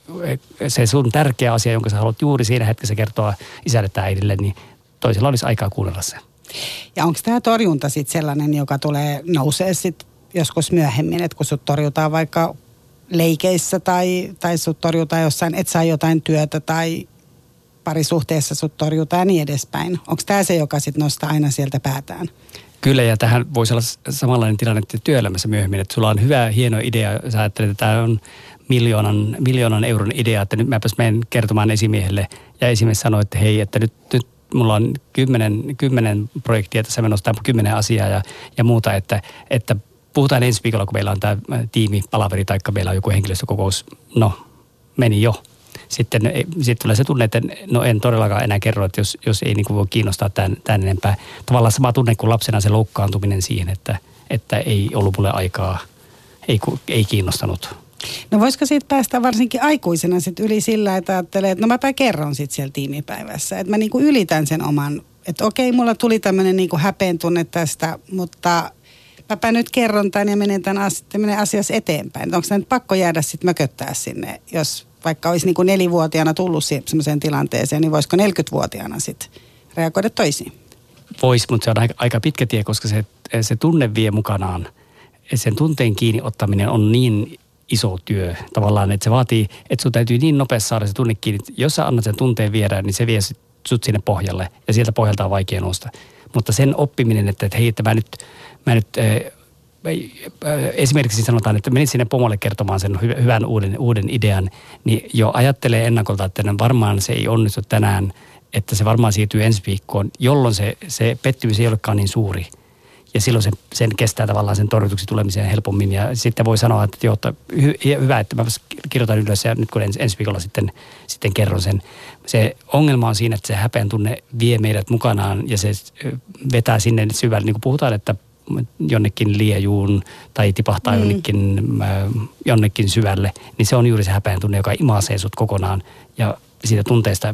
se sun tärkeä asia, jonka sä haluat juuri siinä hetkessä kertoa isälle tai äidille, niin toisella olisi aikaa kuunnella se. Ja onko tämä torjunta sitten sellainen, joka tulee nousee sitten joskus myöhemmin, että kun sut torjutaan vaikka leikeissä tai, tai sut torjutaan jossain, et saa jotain työtä tai parisuhteessa sut torjutaan ja niin edespäin. Onko tämä se, joka sitten nostaa aina sieltä päätään? Kyllä, ja tähän voisi olla samanlainen tilanne työelämässä myöhemmin, että sulla on hyvä, hieno idea, sä ajattelet, että tämä on miljoonan, miljoonan euron idea, että nyt mäpäs menen kertomaan esimiehelle, ja esimies sanoo, että hei, että nyt, nyt mulla on kymmenen, kymmenen projektia, tässä me nostaa kymmenen asiaa ja, ja muuta, että, että puhutaan ensi viikolla, kun meillä on tämä tiimipalaveri tai meillä on joku henkilöstökokous. No, meni jo. Sitten, sitten tulee se tunne, että no en todellakaan enää kerro, että jos, jos ei niin kuin voi kiinnostaa tämän, tämän enempää. Tavallaan sama tunne kuin lapsena se loukkaantuminen siihen, että, että ei ollut mulle aikaa, ei, ei kiinnostanut. No voisiko siitä päästä varsinkin aikuisena sit yli sillä, että ajattelee, että no mäpä kerron sitten siellä tiimipäivässä. Että mä niinku ylitän sen oman, että okei, mulla tuli tämmöinen niinku häpeen tunne tästä, mutta mäpä nyt kerron tämän ja menen tämän as- asiassa eteenpäin. Onko nyt pakko jäädä sitten mököttää sinne, jos vaikka olisi niinku nelivuotiaana tullut semmoiseen tilanteeseen, niin voisiko neljäkymmentävuotiaana sitten reagoida toisiin? Voisi, mutta se on aika, aika pitkä tie, koska se, se tunne vie mukanaan. Sen tunteen kiinni ottaminen on niin iso työ tavallaan, että se vaatii, että sun täytyy niin nopeasti saada se tunne kiinni. Jos sä annat sen tunteen viedä, niin se vie sut sinne pohjalle ja sieltä pohjalta on vaikea nousta. Mutta sen oppiminen, että, että hei, että mä nyt, mä nyt äh, esimerkiksi sanotaan, että menit sinne pomolle kertomaan sen hy- hyvän uuden, uuden idean, niin jo ajattelee ennakolta, että varmaan se ei onnistu tänään, että se varmaan siirtyy ensi viikkoon, jolloin se, se pettymys ei olekaan niin suuri. Ja silloin se, sen kestää tavallaan sen torjutuksi tulemiseen helpommin. Ja sitten voi sanoa, että joo, että hy, hyvä, että mä kirjoitan ylös ja nyt kun ens, ensi viikolla sitten, sitten kerron sen. Se ongelma on siinä, että se häpeän tunne vie meidät mukanaan ja se vetää sinne syvälle. Niin kuin puhutaan, että jonnekin liejuun tai tipahtaa mm. jonnekin, jonnekin syvälle, niin se on juuri se häpeän tunne, joka imaisee sut kokonaan. Ja siitä tunteesta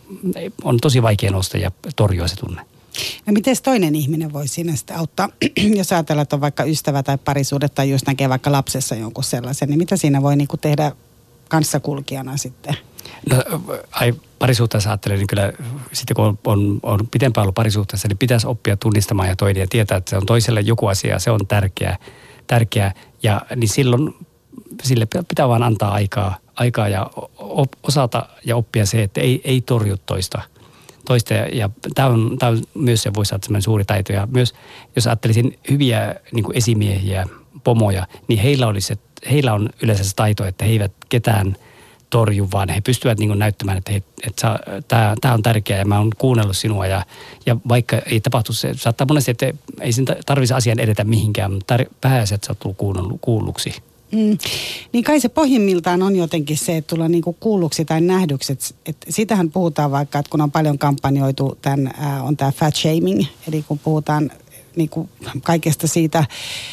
on tosi vaikea nousta ja torjua se tunne. No miten toinen ihminen voi siinä sitten auttaa, jos ajatellaan, että on vaikka ystävä tai parisuhde tai just näkee vaikka lapsessa jonkun sellaisen, niin mitä siinä voi niinku tehdä kanssakulkijana sitten? No ai, parisuhteessa ajattelen, niin kyllä sitten kun on, on, on pitempään ollut parisuhteessa, niin pitäisi oppia tunnistamaan ja toinen ja tietää, että se on toiselle joku asia, se on tärkeä, tärkeä ja niin silloin sille pitää vaan antaa aikaa, aikaa ja op, osata ja oppia se, että ei, ei torju toista. toista ja, ja tämä on, tämä on myös se voisi olla suuri taito ja myös jos ajattelisin hyviä niin kuin esimiehiä, pomoja, niin heillä, olisi, se, heillä on yleensä se taito, että he eivät ketään torju, vaan he pystyvät niin kuin näyttämään, että, he, että tämä, tämä on tärkeää ja mä oon kuunnellut sinua ja, ja vaikka ei tapahtu se, saattaa monesti, että ei sen tarvitse asian edetä mihinkään, mutta pääasiassa, että sä oot tullut kuulluksi. Mm. Niin kai se pohjimmiltaan on jotenkin se, että tulla niinku kuulluksi tai nähdyksi. Että sitähän puhutaan vaikka, että kun on paljon kampanjoitu, tämän, ää, on tämä fat shaming, eli kun puhutaan niinku kaikesta siitä,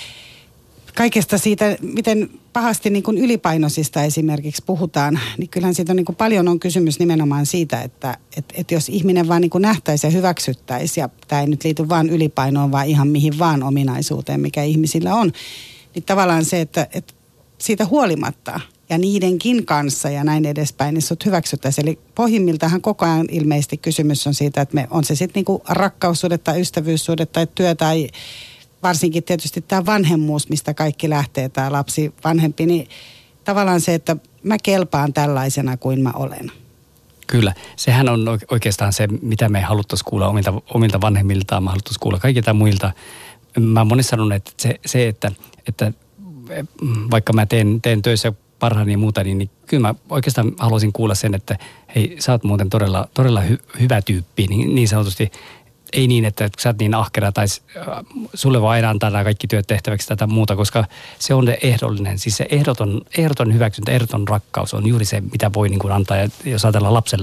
kaikesta siitä, miten pahasti niin kuin ylipainoisista esimerkiksi puhutaan, niin kyllähän siitä on niin kuin paljon on kysymys nimenomaan siitä, että et, et jos ihminen vaan niin kuin nähtäisi ja hyväksyttäisi, ja tämä ei nyt liity vaan ylipainoon, vaan ihan mihin vaan ominaisuuteen, mikä ihmisillä on, niin tavallaan se, että, että siitä huolimatta ja niidenkin kanssa ja näin edespäin, niin sut hyväksyttäisiin. Eli pohjimmiltahan koko ajan ilmeisesti kysymys on siitä, että me, on se sitten niinku rakkaussuhde tai ystävyyssuhde tai työ tai varsinkin tietysti tämä vanhemmuus, mistä kaikki lähtee, tämä lapsi vanhempi, niin tavallaan se, että mä kelpaan tällaisena kuin mä olen. Kyllä. Sehän on oikeastaan se, mitä me haluttaisiin kuulla omilta, omilta vanhemmiltaan, me haluttaisiin kuulla kaikilta muilta. Mä oon monesti sanonut, että se, se että, että vaikka mä teen, teen töissä parhaani ja muuta, niin, niin kyllä mä oikeastaan haluaisin kuulla sen, että hei, sä oot muuten todella, todella hy, hyvä tyyppi, niin, niin sanotusti. Ei niin, että sä oot niin ahkera tai sulle vaan aina antaa nämä kaikki työt tehtäväksi tätä muuta, koska se on se ehdollinen. Siis se ehdoton, ehdoton hyväksyntä, ehdoton rakkaus on juuri se, mitä voi niin kuin antaa. Ja jos ajatellaan lapselle,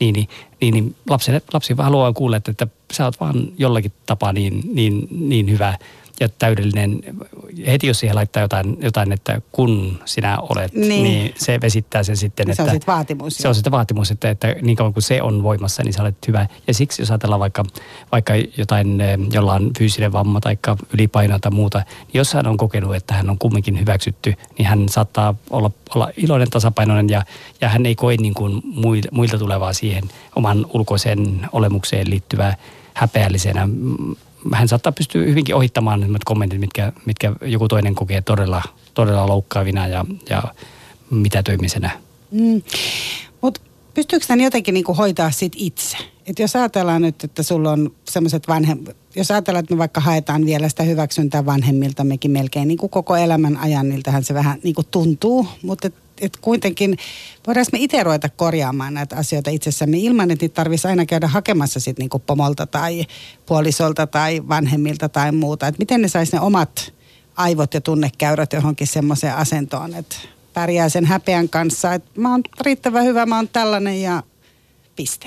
niin, niin, niin, niin lapselle, lapsi haluaa kuulla, että, että sä oot vaan jollakin tapaa niin, niin, niin hyvä ja täydellinen. Heti jos siihen laittaa jotain, jotain että kun sinä olet, niin, niin se vesittää sen sitten. Se että on sitten vaatimus. Se on sitten vaatimus, että, että niin kauan kuin se on voimassa, niin sä olet hyvä. Ja siksi jos ajatellaan vaikka, vaikka jotain, jolla on fyysinen vamma tai ylipaino tai muuta, niin jos hän on kokenut, että hän on kumminkin hyväksytty, niin hän saattaa olla, olla iloinen, tasapainoinen ja, ja hän ei koe niin kuin muilta tulevaa siihen oman ulkoiseen olemukseen liittyvää häpeällisenä. Hän saattaa pystyä hyvinkin ohittamaan nämä kommentit, mitkä, mitkä joku toinen kokee todella, todella loukkaavina ja, ja mitätöimisenä. Mm. Mutta pystyykö tämän jotenkin niinku hoitaa sit itse? Et jos ajatellaan nyt, että sulla on semmoiset vanhem... Jos ajatellaan, että me vaikka haetaan vielä sitä hyväksyntää vanhemmilta, mekin melkein niinku koko elämän ajan, niiltähän se vähän niinku tuntuu, mutta et, et kuitenkin voidaan me itse ruveta korjaamaan näitä asioita itsessämme ilman, että niitä tarvitsisi aina käydä hakemassa sit niinku pomolta tai puolisolta tai vanhemmilta tai muuta. Et miten ne sais ne omat aivot ja tunnekäyrät johonkin semmoiseen asentoon, että pärjää sen häpeän kanssa, että mä oon riittävän hyvä, mä oon tällainen ja piste.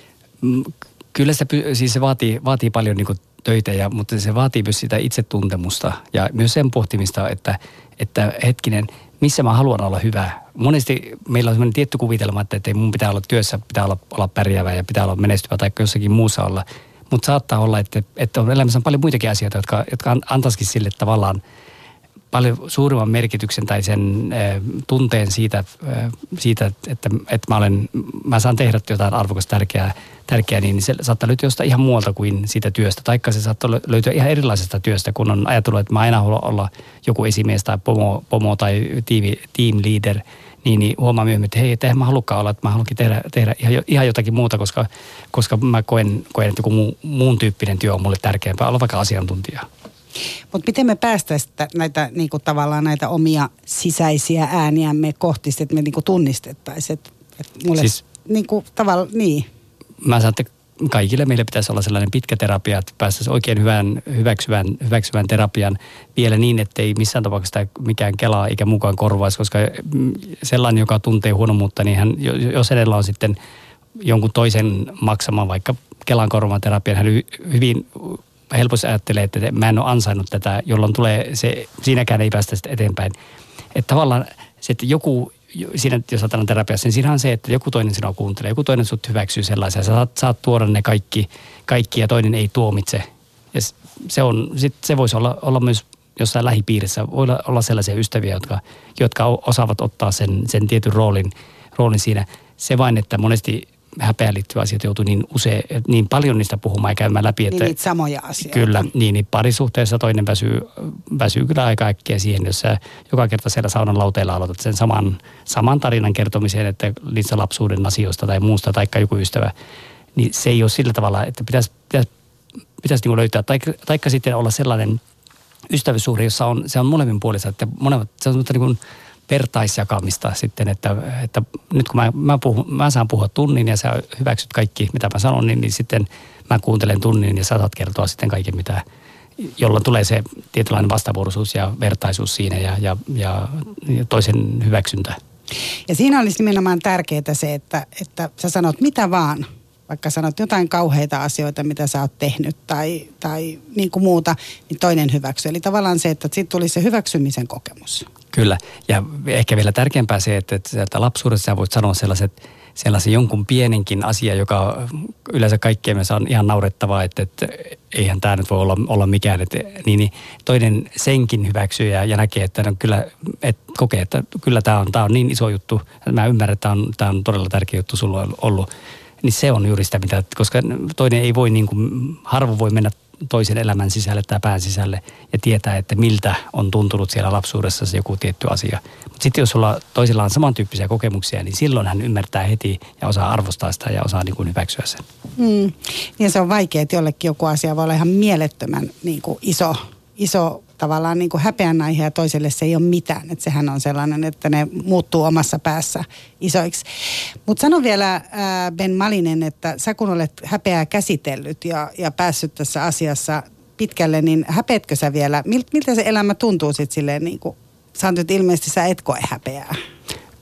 Kyllä se, siis se vaatii, vaatii paljon niin kuin töitä, ja, mutta se vaatii myös sitä itsetuntemusta ja myös sen pohtimista, että, että hetkinen, missä mä haluan olla hyvä. Monesti meillä on sellainen tietty kuvitelma, että ei mun pitää olla työssä, pitää olla, olla pärjäävä ja pitää olla menestyvä tai jossakin muussa olla. Mutta saattaa olla, että, että on elämässä on paljon muitakin asioita, jotka, jotka antaisikin sille tavallaan paljon suurimman merkityksen tai sen äh, tunteen siitä, äh, siitä että, että mä, olen, mä saan tehdä jotain arvokasta tärkeää, tärkeää, niin se saattaa löytyä jostain ihan muualta kuin siitä työstä. Taikka se saattaa löytyä ihan erilaisesta työstä, kun on ajatellut, että mä aina haluan olla joku esimies tai pomo, pomo tai tiimi, team leader, niin, niin huomaa myöhemmin, että hei, että eihän mä halukkaan olla, että mä haluankin tehdä, tehdä ihan, ihan jotakin muuta, koska, koska mä koen, koen, että joku muu, muun tyyppinen työ on mulle tärkeämpää, olla vaikka asiantuntija. Mutta miten me päästäisiin näitä niinku, tavallaan näitä omia sisäisiä ääniämme kohti, että me niinku, tunnistettaisiin, että et mulle siis, niinku, tavallaan, niin. Mä sanon, että kaikille meillä pitäisi olla sellainen pitkä terapia, että päästäisiin oikein hyvään, hyväksyvään, hyväksyvään terapian vielä niin, ettei missään tapauksessa mikään kelaa eikä mukaan korvaisi, koska sellainen, joka tuntee huonommuutta, niin hän, jos edellä on sitten jonkun toisen maksama vaikka Kelan korvaavan terapian, hän hyvin helposti ajattelee, että mä en ole ansainnut tätä, jolloin tulee se, siinäkään ei päästä sitten eteenpäin. Että tavallaan se, että joku, siinä, jos ajatellaan terapiassa, niin siinä on se, että joku toinen sinua kuuntelee, joku toinen sut hyväksyy sellaisia. Sä saat, saat tuoda ne kaikki, kaikki ja toinen ei tuomitse. Ja se, on, sit se voisi olla, olla myös jossain lähipiirissä. Voi olla sellaisia ystäviä, jotka, jotka osaavat ottaa sen, sen tietyn roolin, roolin siinä. Se vain, että monesti häpeään liittyvä asiat joutuu niin usein, niin paljon niistä puhumaan ja käymään läpi. Että niin niitä samoja asioita. Kyllä, niin, niin parisuhteessa toinen väsyy, väsyy kyllä aika äkkiä siihen, jos sä joka kerta siellä saunan lauteella aloitat sen saman, saman tarinan kertomiseen, että niissä lapsuuden asioista tai muusta, taikka joku ystävä, niin se ei ole sillä tavalla, että pitäisi, pitäisi, pitäisi niin kuin löytää, taikka, taikka sitten olla sellainen ystävyyssuhde, jossa on, se on molemmin puolissa, että molemmat, se on niin kuin vertaisjakamista sitten, että, että nyt kun mä, mä, puhun, mä saan puhua tunnin ja sä hyväksyt kaikki, mitä mä sanon, niin, niin sitten mä kuuntelen tunnin ja sä saat kertoa sitten kaiken, mitä, jolloin tulee se tietynlainen vastavuoroisuus ja vertaisuus siinä ja, ja, ja, ja toisen hyväksyntä. Ja siinä olisi nimenomaan tärkeää se, että, että sä sanot mitä vaan, vaikka sanot jotain kauheita asioita, mitä sä oot tehnyt tai, tai niin kuin muuta, niin toinen hyväksyy. Eli tavallaan se, että siitä tuli se hyväksymisen kokemus. Kyllä, ja ehkä vielä tärkeämpää se, että, että lapsuudessa sä voit sanoa sellaiset, sellaisen jonkun pienenkin asia, joka yleensä kaikkien mielestä on ihan naurettavaa, että, että eihän tämä nyt voi olla, olla mikään. Että, niin, niin toinen senkin hyväksyy ja, ja näkee, että no kyllä, että kokee, että kyllä tämä on, tämä on niin iso juttu. Mä ymmärrän, että tämä on, tämä on todella tärkeä juttu sulla on ollut. Niin se on juuri sitä, mitä, koska toinen ei voi, niin kuin, harvo voi mennä toisen elämän sisälle tai pään sisälle ja tietää, että miltä on tuntunut siellä lapsuudessa se joku tietty asia. Mutta sitten jos sulla toisilla on samantyyppisiä kokemuksia, niin silloin hän ymmärtää heti ja osaa arvostaa sitä ja osaa niin kuin hyväksyä sen. Mm. Ja se on vaikea, että jollekin joku asia voi olla ihan mielettömän niin kuin iso, iso tavallaan niin kuin häpeän aihe ja toiselle se ei ole mitään. Että sehän on sellainen, että ne muuttuu omassa päässä isoiksi. Mutta sano vielä ää, Ben Malinen, että sä kun olet häpeää käsitellyt ja, ja päässyt tässä asiassa pitkälle, niin häpeätkö sä vielä? Mil, miltä se elämä tuntuu sitten silleen niin kuin, sä nyt ilmeisesti sä et koe häpeää?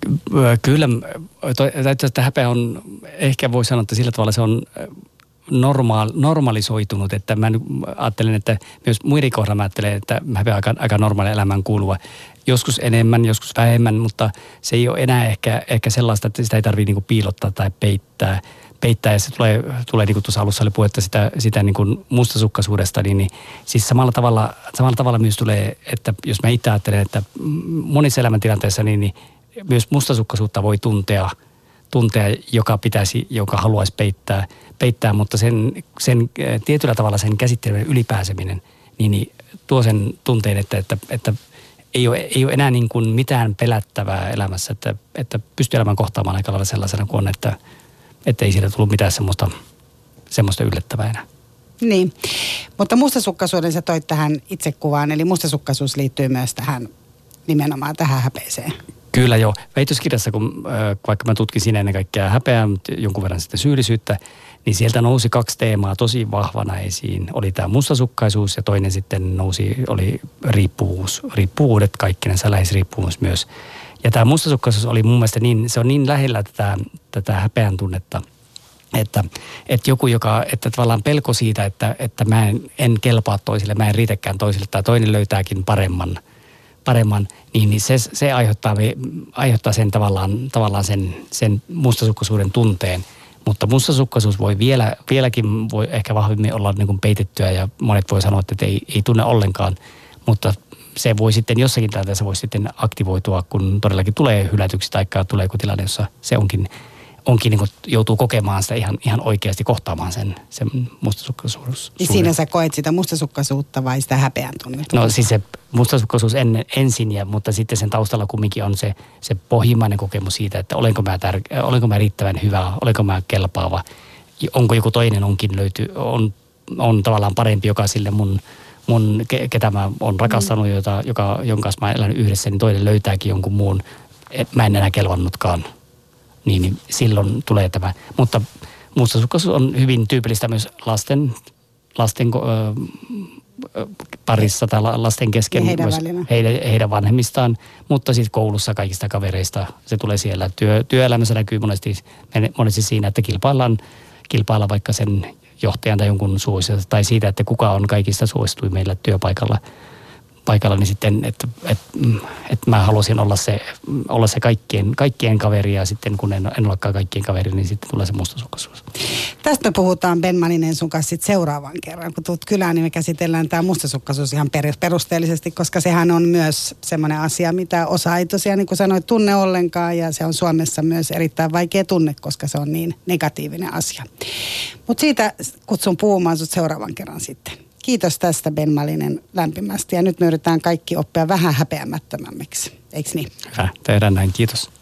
Kyllä, että häpeä on, ehkä voi sanoa, että sillä tavalla se on normaal, normalisoitunut, että mä ajattelen, että myös muiden kohdalla mä ajattelen, että häpeä on aika, aika normaali elämän kuuluva. Joskus enemmän, joskus vähemmän, mutta se ei ole enää ehkä, ehkä sellaista, että sitä ei tarvitse niin kuin piilottaa tai peittää. peittää ja se tulee, tulee niin kuin tuossa alussa oli puhetta sitä, sitä niin kuin mustasukkaisuudesta, niin, niin siis samalla tavalla, samalla tavalla myös tulee, että jos mä itse ajattelen, että monissa elämäntilanteissa, niin, niin myös mustasukkaisuutta voi tuntea, tuntea, joka pitäisi, joka haluaisi peittää, peittää mutta sen, sen tietyllä tavalla sen käsittelyn ylipääseminen, niin, niin tuo sen tunteen, että, että, että ei, ole, ei ole enää niin kuin mitään pelättävää elämässä, että, että pystyy elämän kohtaamaan aika lailla sellaisena kuin on, että että ei siitä tullut mitään semmoista, semmoista yllättävää enää. Niin, mutta mustasukkaisuuden sä toit tähän itsekuvaan, eli mustasukkaisuus liittyy myös tähän nimenomaan tähän häpeeseen. Kyllä joo. Väitöskirjassa, kun vaikka mä tutkin siinä ennen kaikkea häpeää, mutta jonkun verran sitten syyllisyyttä, niin sieltä nousi kaksi teemaa tosi vahvana esiin. Oli tämä mustasukkaisuus ja toinen sitten nousi, oli riippuvuus. Riippuvuudet kaikkinensa, läheisriippuvuus myös. Ja tämä mustasukkaisuus oli mun mielestä niin, se on niin lähellä tätä, tätä häpeän tunnetta, että, että joku, joka, että tavallaan pelko siitä, että, että mä en, en kelpaa toisille, mä en riitäkään toisille, tai toinen löytääkin paremman, paremman niin, niin se, se aiheuttaa, aiheuttaa sen tavallaan, tavallaan sen, sen mustasukkaisuuden tunteen. Mutta mustasukkaisuus voi vielä, vieläkin voi ehkä vahvemmin olla niin kuin peitettyä, ja monet voi sanoa, että ei, ei tunne ollenkaan, mutta se voi sitten jossakin tilanteessa voi sitten aktivoitua, kun todellakin tulee hylätyksi tai tulee joku tilanne, jossa se onkin, onkin niin kuin joutuu kokemaan sitä ihan, ihan oikeasti kohtaamaan sen, sen mustasukkaisuuden. Ja siinä sä koet sitä mustasukkaisuutta vai sitä häpeän tunnetta? No siis se mustasukkaisuus en, ensin, ja, mutta sitten sen taustalla kumminkin on se, se pohjimmainen kokemus siitä, että olenko mä, tär, olenko mä riittävän hyvä, olenko mä kelpaava, onko joku toinen onkin löyty, on, on tavallaan parempi, joka sille mun mun, ketä mä oon rakastanut, jota, joka, jonka kanssa mä oon elänyt yhdessä, niin toinen löytääkin jonkun muun, et mä en enää kelvannutkaan. Niin, niin silloin tulee tämä. Mutta mustasukkaisuus on hyvin tyypillistä myös lasten, lasten ö, parissa tai lasten kesken. Heidän, heidän, heidän vanhemmistaan, mutta sitten koulussa kaikista kavereista. Se tulee siellä. Työ, työelämässä näkyy monesti, monesti siinä, että kilpaillaan, kilpaillaan vaikka sen johtajan tai jonkun suosista, tai siitä, että kuka on kaikista suositui meillä työpaikalla, paikalla, niin sitten, että, että, että mä halusin olla se, olla se kaikkien, kaikkien kaveri, ja sitten kun en, en olekaan kaikkien kaveri, niin sitten tulee se mustasukkaisuus. Tästä me puhutaan, Ben Malinen, sun kanssa sitten seuraavan kerran. Kun tulet kylään, niin me käsitellään tämä mustasukkaisuus ihan perusteellisesti, koska sehän on myös semmoinen asia, mitä osa ei tosiaan, niin kuin sanoit, tunne ollenkaan, ja se on Suomessa myös erittäin vaikea tunne, koska se on niin negatiivinen asia. Mutta siitä kutsun puhumaan sut seuraavan kerran sitten. Kiitos tästä, Ben Malinen, lämpimästi. Ja nyt me yritetään kaikki oppia vähän häpeämättömämmiksi. Eikö niin? Hyvä, tehdään näin. Kiitos.